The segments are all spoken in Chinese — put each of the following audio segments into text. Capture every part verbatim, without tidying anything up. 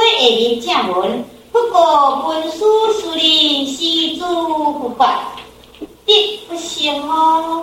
下面正文，不过文书书理习诸不法，得不行哦。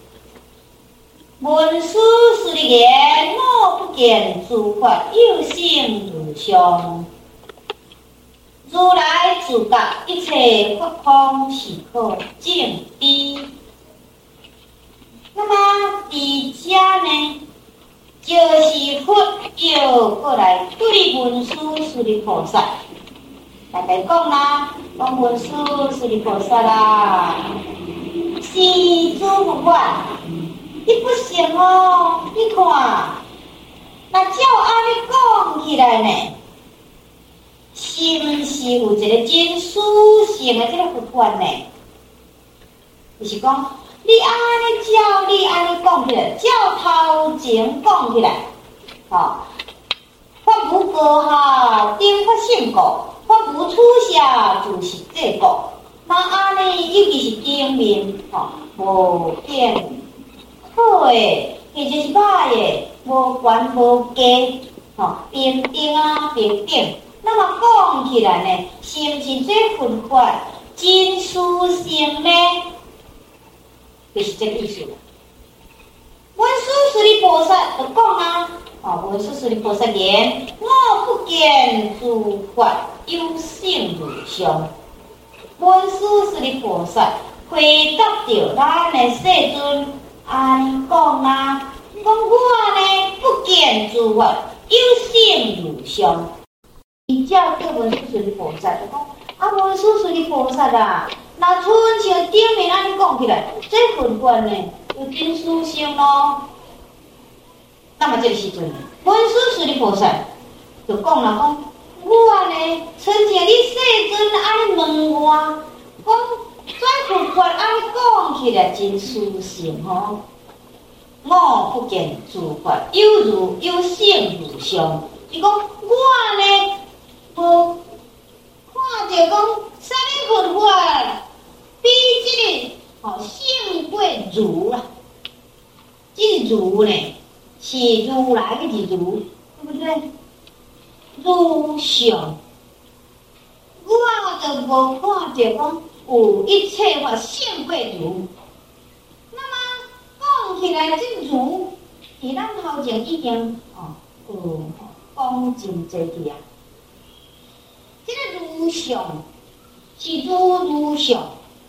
文书书理言，我不见诸法有性无相。如来自觉一切法空是可证的。那么底下呢，就是佛又过来对文殊师利菩萨，大概讲啦，讲文殊师利菩萨啦，是诸不法，你不行哦，你看，那照安尼讲起来呢？是毋是有一个真殊胜的这个佛法呢？就是讲，你安尼照你安尼讲起来，照头前讲起来，吼、哦，法无过哈，定法性过，法无出下，就是这个。那安尼尤其是顶面，吼、哦，无变好诶，或者是歹诶，无悬无低，吼、哦，平定啊，平定。那么讲起来呢，是毋是这佛法真殊胜呢？就是这个意思。文殊师利菩萨就讲啊，哦，文殊师利菩萨言：我不见诸法有性无相。文殊师利菩萨回答着咱的世尊安讲啊，讲我呢不见诸法有性无相。比较对文殊师利菩萨就讲，啊，文殊师利菩萨啊，那春秋顶面安尼讲起来，这佛法呢有真殊胜咯。那么这个时阵，文殊师利菩萨就讲啦，讲我呢，春秋你世尊安尼问我，讲这佛法安尼讲起来真殊胜吼，我不见诸法有如有性无相。伊讲我呢。无看着讲，啥物佛法比这个吼胜过儒啦？这个儒呢是如来的儒，对不对？儒相，我就无看着讲有一切法胜过儒。那么讲起来，这儒伫咱头前已经哦有讲真济去啊。这个如相是如如相，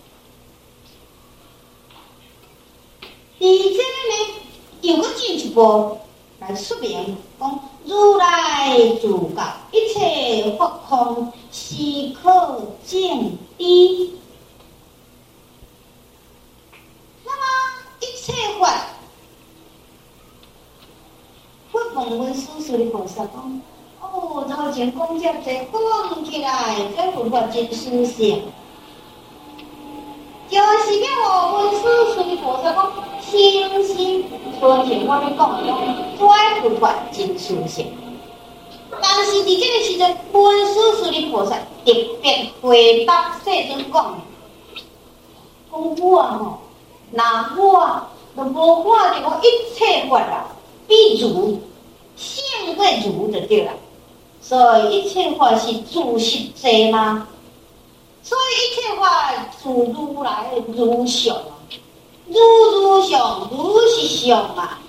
而且呢，又搁进一步来说明，讲如来自觉一切法空是可证的。那么一切法，佛问文殊师利菩萨讲。哦，头前讲遮济，讲起来，这佛法真殊胜，就是叫我文殊师利菩萨讲，心心头前我咧讲讲，这佛法真殊胜。但是伫这个时阵，文殊师利菩萨特别回答世尊讲，讲我吼，那我都无看着讲一切法啦，比如胜过如就对啦。所以一切法是自实际吗？所以一切法自如来的如相，如如相，如是相啊。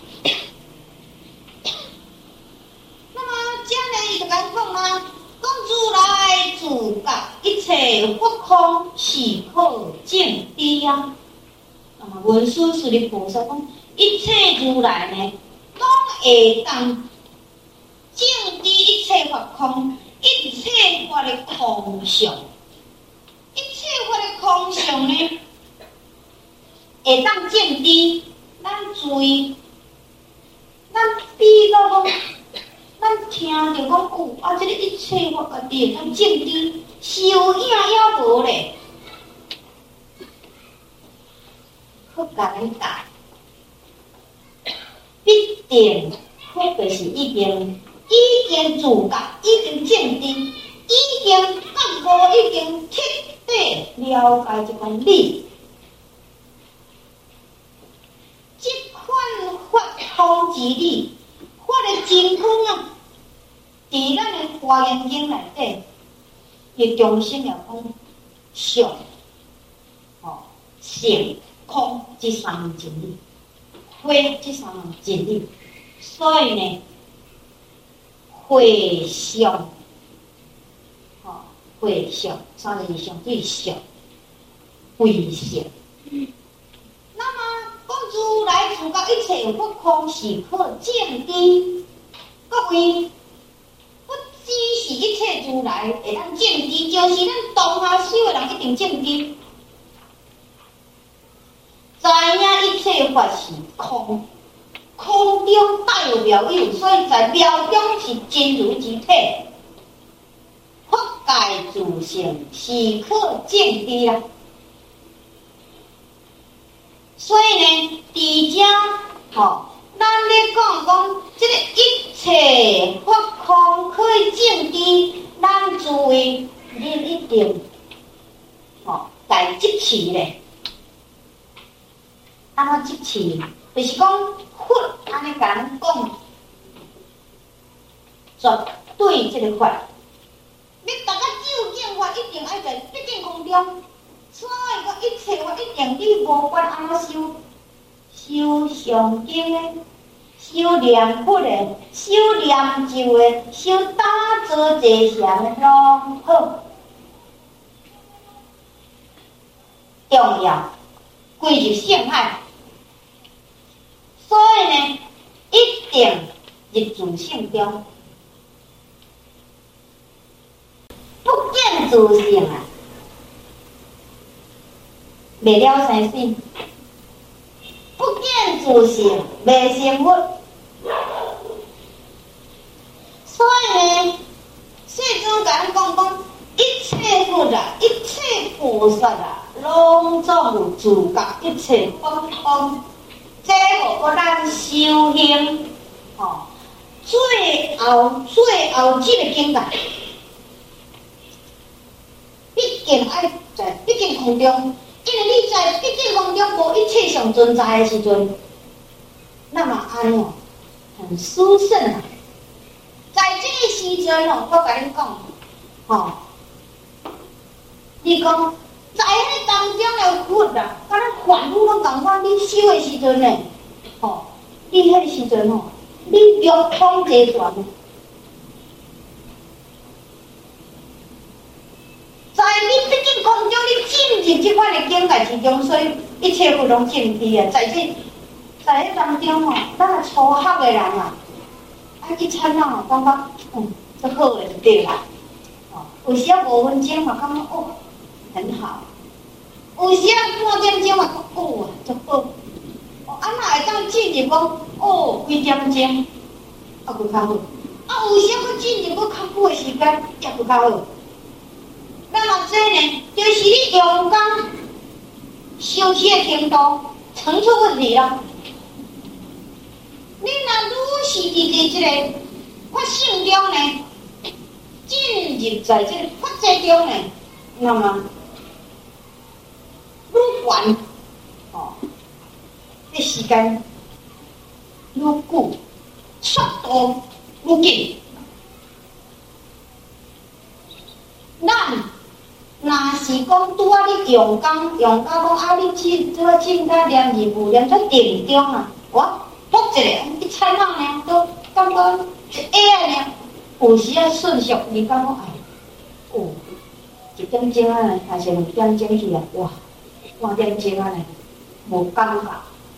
那么接下来就讲讲啊，讲如来自觉一切法空是可证的啊。那么文殊师利菩萨讲，一切如来呢，拢会当。证知一切法空，一切法的空相，一切法的空相呢，会当证知。咱注意，咱比到讲，咱听着讲有啊，这个一切法家己会当证知，是有影也无咧，较简单，必定或者是已经。已经自觉，已经证知，已经觉悟，已经彻底了解这款理。这款法空之理，法的真空啊， 伫咱的《华严经》内底，伊中心了讲相、吼、性、空这三样真理，慧这三样真理，所以呢，慧相，吼、慧相，三个字相对相，慧相。那么讲如来自觉一切不空，是可见的。各位。只是一切如来会当证知，就是咱当下修的人一定证知。知影一切法是空，空中带有妙有，所以在妙中是真如之体。法界自性是可证知啦。所以呢，伫遮吼。咱咧讲讲，即个一切法空可以证知，咱诸位你一定吼来执持咧。安怎执持？就是讲佛安尼甲咱讲，绝对即个法，你大家究竟法一定爱在毕竟空中，所以讲一切法一定你无管安怎修。修上经的，修念佛的，修念咒的，修打坐坐禅的，拢好重要，归入性海。所以呢，一定入自性中，不见自性啊，未了生死。不见自性，未成佛。所以呢，世尊甲咱讲讲，一切佛啊，一切菩萨啊，拢总有自觉一切不空。这互个咱修行，吼、哦，最后最后这个境界，毕竟爱在毕竟空中。因为你在毕竟空中无一切上存在的时阵，那么安哦，很殊胜啊！在这个时阵哦，我甲你讲，吼、哦，你讲在迄当中的佛啊，甲咱凡夫拢共款，你修的时阵呢，吼、哦，你迄个时阵吼，你欲通这全。在你毕竟空中，你进入这款的境界之中，所以一切不拢证知啊！在这，在迄当中哦，咱啊初学的人啊，啊去参啊哦，感觉嗯，足好的就对啦。哦，有时啊五分钟嘛，感觉哦很好；有时啊半点钟嘛，哦足好。哦，啊那会当进入讲哦几点钟，啊佫较好。啊有时啊佫进入佫较久的时间，也佫较好。那么这呢，就是你用功修持的程度成出问题了。你若愈是伫这个法性中呢，进入在这个法界中呢，那么愈悬哦，这时间愈久，速度愈紧，咱。若是讲拄啊，你用功用到讲啊，你去做进到念字母念出定中啊，我卜一个，你参考呢，都感觉一下呢，有时啊顺续，你感觉哎，哦，一点钟啊，还是两点钟去啊，哇，半点钟啊呢，无感觉。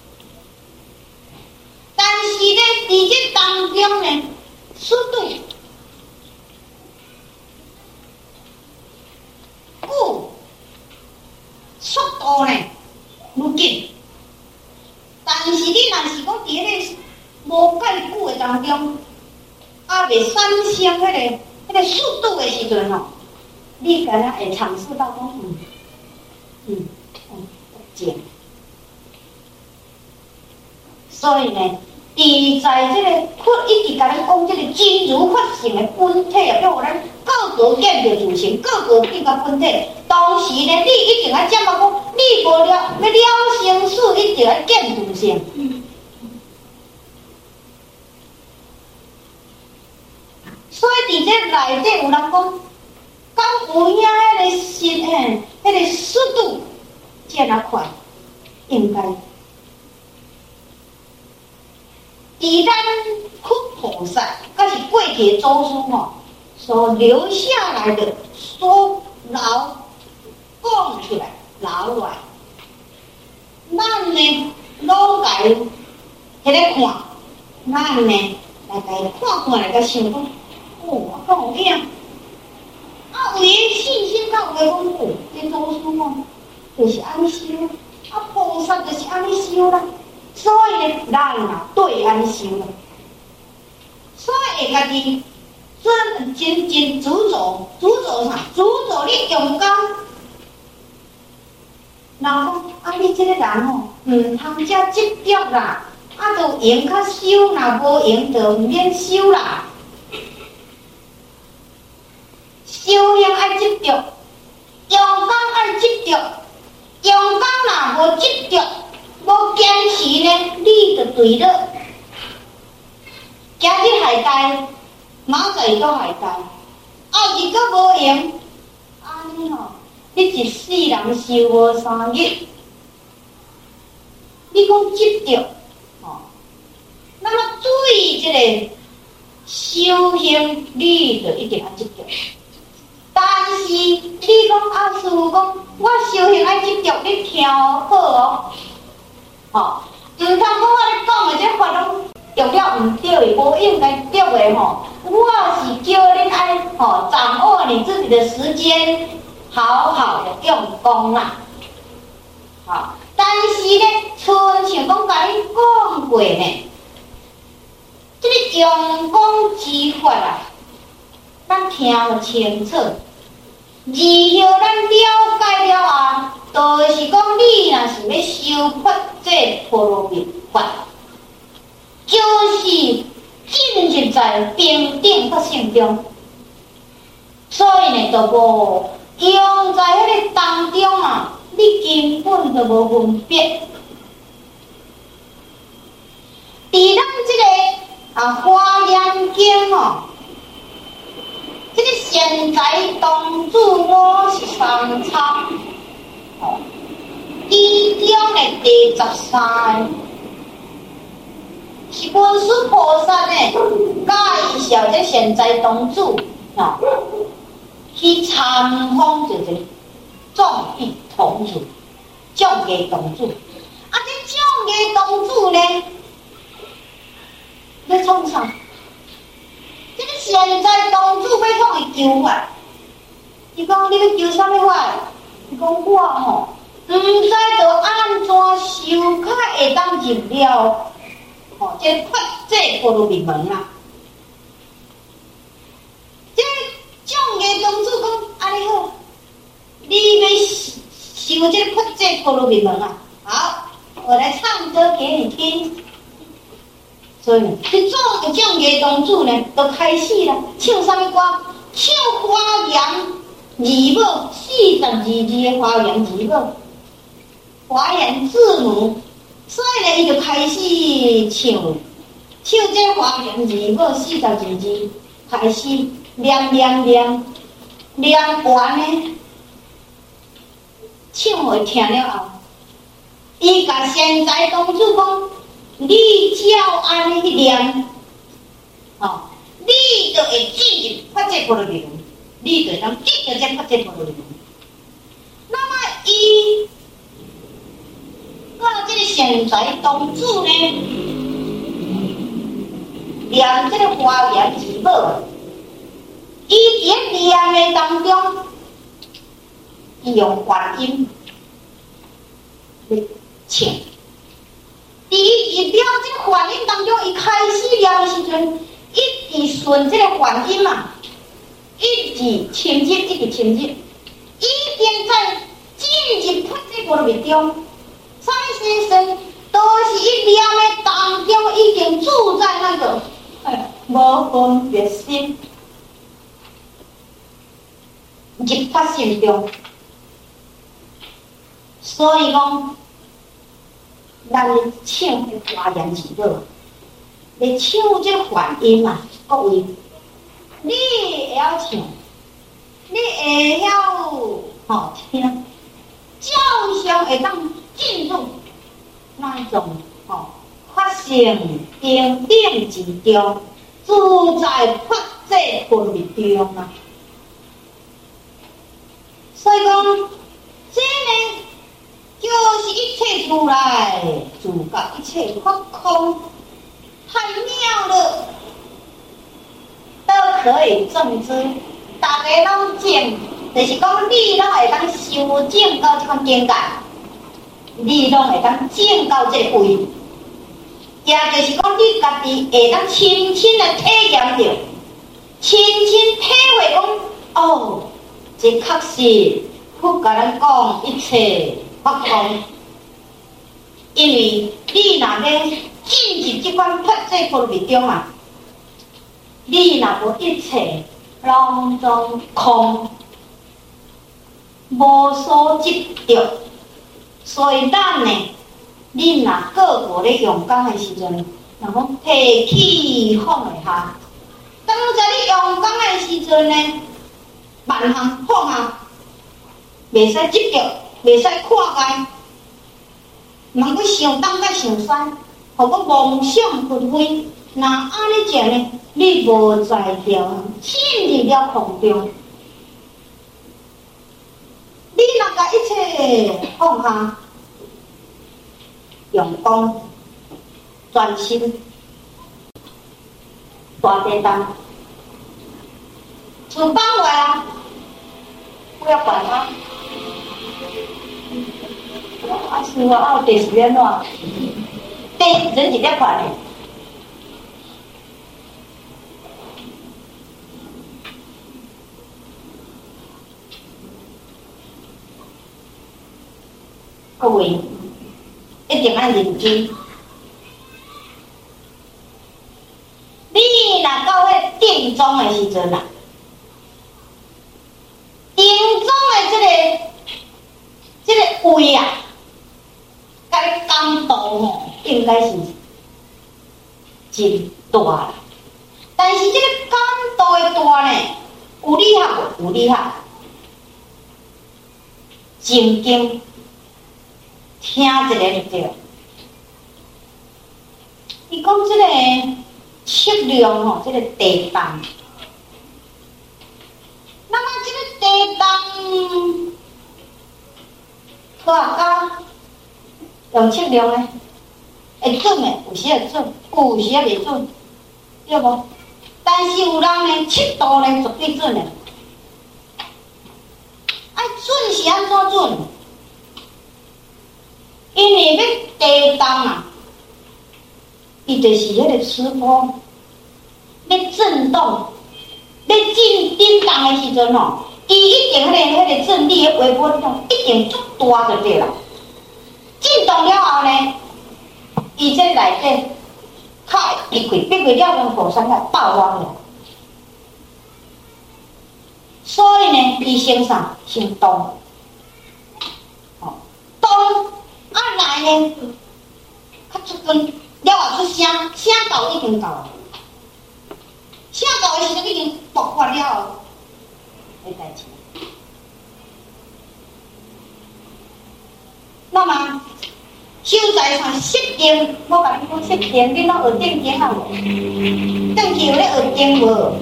但是呢，伫这当中呢，速度。久，速度呢愈紧，但是你若是讲伫迄个无介久的当中，啊未产生迄个迄个速度的时阵吼，你敢若会尝试到讲嗯嗯嗯正，所以呢，伫在即个佛一直甲咱讲即个真如法性的本体啊，要互咱个个见着自性，个个变个本体。同时呢，你一定要掌握讲，你无了要了生死，一定要见自性。 所以伫这内底有人讲，敢有影迄个心诶，迄个速度这么快，应该。伫咱佛菩萨，甲是过去祖师吼所留下来的，所留讲出来留来，咱呢拢家迄个看，咱呢来家看看来甲想讲，哦，我讲有影，啊有诶信心，甲有诶讲哦，这祖师吼就是安尼修，啊菩萨就是安尼修啦。所以呢，人啊对安尼修啦，所以会家己真真真主做，主做啥？主做你用功。人讲啊，你这个人吼，毋通遮执着啦，啊，就用较修，若无用就毋免修啦。修行爱执着，用功爱执着，用功若无执着。无坚持呢，你就对了。今日害大，明仔又害大，后日阁无用，安尼吼，你一世人修无三日。你讲执着，吼，那么对这个修行，你就一定要执着。但是你讲啊，师父讲，我修行爱执着，你听好哦。吼，毋通讲我咧讲诶，这法拢用了毋对诶，无应该对诶吼。我是叫恁爱吼掌握你自己的时间，好好的用功啦。好，但是咧，像像讲甲你讲过呢，这个用功之法啊，咱听清楚，而后咱了解了啊。就是讲，你若是要修发这波罗蜜法，就是进入在平等法性中，所以呢，就无用在迄个当中啊，你根本就无分别。伫咱这个啊《华严经》哦，这个现在当主我是三参。哦，其中的第十三是文殊菩萨呢介绍这现在当主哦，去参访就是众义同主、众义同主。啊，这众义同主呢，要创啥？这个现在当主要创的求法，伊讲你要求啥物法？伊讲我吼，毋知道安怎修较会当入了，吼，这发这波罗蜜门啊。这种个宗主讲安尼好，你要修这发这波罗蜜门啊？好，我来唱歌给你听。所以，这种个种个宗主呢，都开始了，唱啥物歌？唱花严。字母四十二字的华严字母，华严字母，所以呢，伊就开始唱，唱这华严字母四十二字，开始念念念，念完呢，唱互听了后，伊甲现在当主讲，你照安尼去念，吼，你就会进入发这波罗蜜门。你就当记着这发这波罗蜜门。那么伊，我这个现在当主呢，念这个华严字母，伊伫念的当中，伊用梵音来唱。伫伊了这个梵音当中，伊开始念的时阵，一直顺这个梵音嘛。一直亲近，一直亲近，已经在进入发这波罗蜜中。啥物时阵，都是一念的当中，已经住在那个哎无分别心入发心中。所以讲，咱唱华严字母，你唱这梵音啊，各位。 你会晓唱，你会晓吼听，照常会当进入那一种吼发生平等之中，自在法界分别中啊。所以讲，这呢就是一切如来自觉一切法空，太妙了，都可以证知。大家拢证，就是讲你拢会当修证到这款境界，你拢会当证到这个位，也就是讲你家己会当亲亲的体验着，亲亲体会讲哦。这确实，佛甲咱讲一切法空，因为你若要进入这款法界分别中啊，你若无一切拢总空，无所执着，所以咱呢，你若个个咧用功的时阵，若讲提起放下下，当在你用功的时阵呢。万行放下，袂使执着，袂使看开，毋通去想东甲想西，互佫妄想纷飞。那安尼讲呢？你无在了，进入了空中，你若甲一切放下，用功专心，大地当，厝放外啊！不要管他，啊是啊，啊有第十点喏，第人一点快嘞。各位一定要认真。你若到迄定中的时阵啊。定中的这个这个位啊，甲你感度吼，应该是真大啦。但是这个感度的大呢，有厉害无？有厉害。静经听一下就对。伊讲这个测量吼，这个地动。那么这个地动，科学家用测量呢，会准的，有时会准，有时也袂准，对无？但是有人呢，测度呢绝对准的。啊，准是安怎准？因为要地动啊，伊就是迄个磁波要震动。要震震动的时阵吼，伊一定迄个迄个震力的微波动一定足大就对啦。震动了后呢，伊这内底较闭开，闭开了后火山来爆发了。所以呢，伊生啥？生动。哦，动啊来呢，较出根了后出声，声到已经到了。声到的时阵已经爆发了的代志。那么修在上设定，我甲你讲设定，你拢学定经啊无？转去有咧学经无？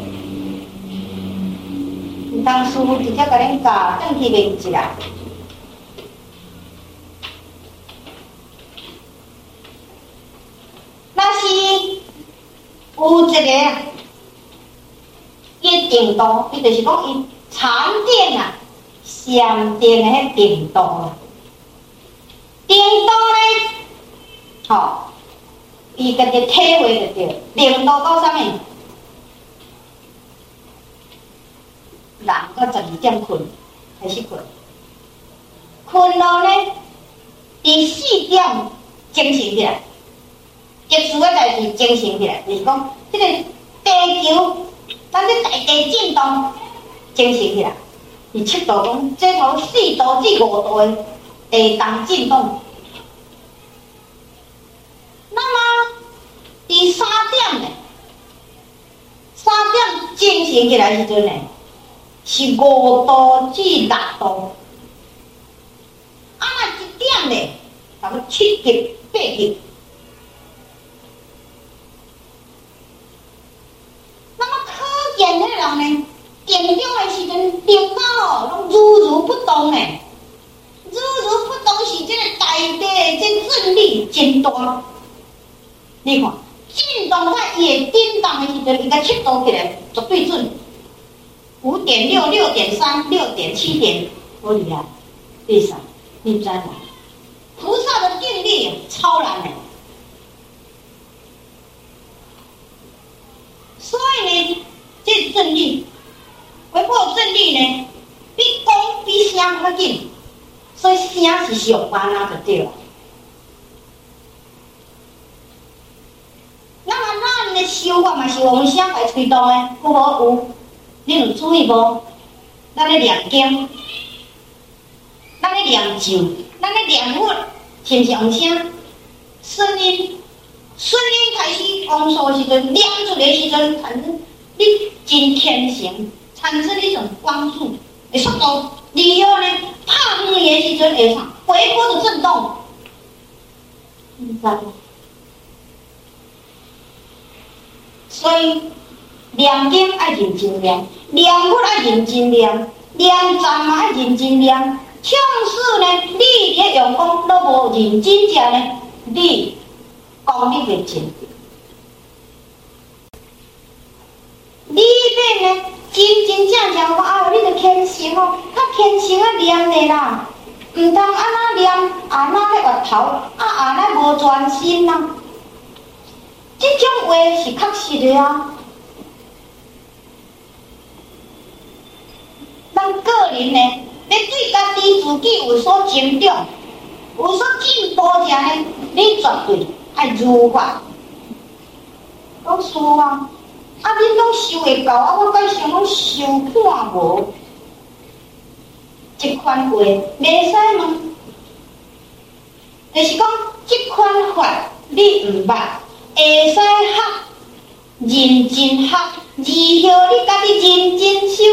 毋通师傅直接甲恁教，转去袂记啦。那是有一个。伊定度，伊就是讲伊禅定啊，禅定的迄定度啊，定度呢，吼，伊家己体会就对，定度到啥物？人到十二点困，开始困，困了呢，第四点精神起来，特殊的代志精神起来，就是讲，这个地球。咱这大地震动，精神起来，伊测度讲，这头四度至五度的地动震动。那么第三点呢？三点进行起来时阵呢，是五度至六度，啊那一点呢，差不多七级八级。那么可见迄人呢，点中的时阵，头脑拢如如不动呢，如如不动是这个大地的这振力真大。你看，震动在伊会震动的时阵，伊个七度起来绝对准。五点六、六点三、六点七点，好厉害！第三，你知吗？菩萨的定力超然的，所以呢，这正力，回报正力呢，比讲比声较紧，所以声是上班啊就对了。那么咱的修法嘛是用声来推动的，有无有？你有注意无？咱咧念经，咱咧念咒，咱咧念佛，是毋是用声？声音，声音开始光速的时阵，念出的时阵，产生你真天性，产生一种光速的速度。然后呢，拍远的时阵会啥？微波的震动，你知道吗？所以念经爱认真念。念佛爱认真念，念赞嘛爱认真念。像是呢，你咧用功都无认真者呢，你功力袂真。你要呢真真正正讲啊，你着虔诚哦，较虔诚啊念的啦，毋通安那念，安那咧滑头，啊安那无专心啦。这种话是确实的啊。咱个人呢，要对家己自己有所成长、有所进步者呢，你绝对爱如法。老师啊，啊恁拢修会到，啊我改想拢修看无，这款话袂使吗？就是讲这款法你毋捌，会使学，认真学，然后你家己认真修。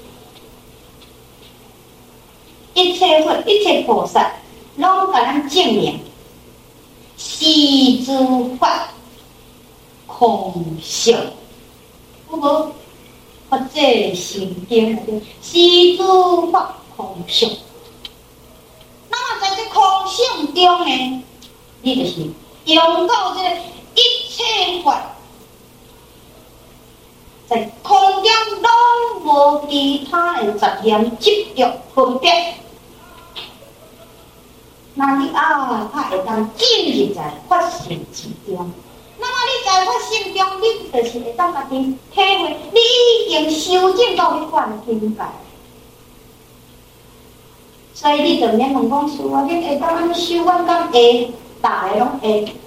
一切佛、一切菩萨，拢甲咱证明，是诸法空相，有无？或者心经内底，是诸法空相。那么在这空相中呢，你就是用到这个一切法，在空中拢无其他的杂念执着分别。那你啊，才会当进入在法性之中。那么你在法性中，你就是会当家己体会，你已经修正到迄款境界。所以你就免问讲师啊，你会当安尼修，阮敢会，逐个拢会。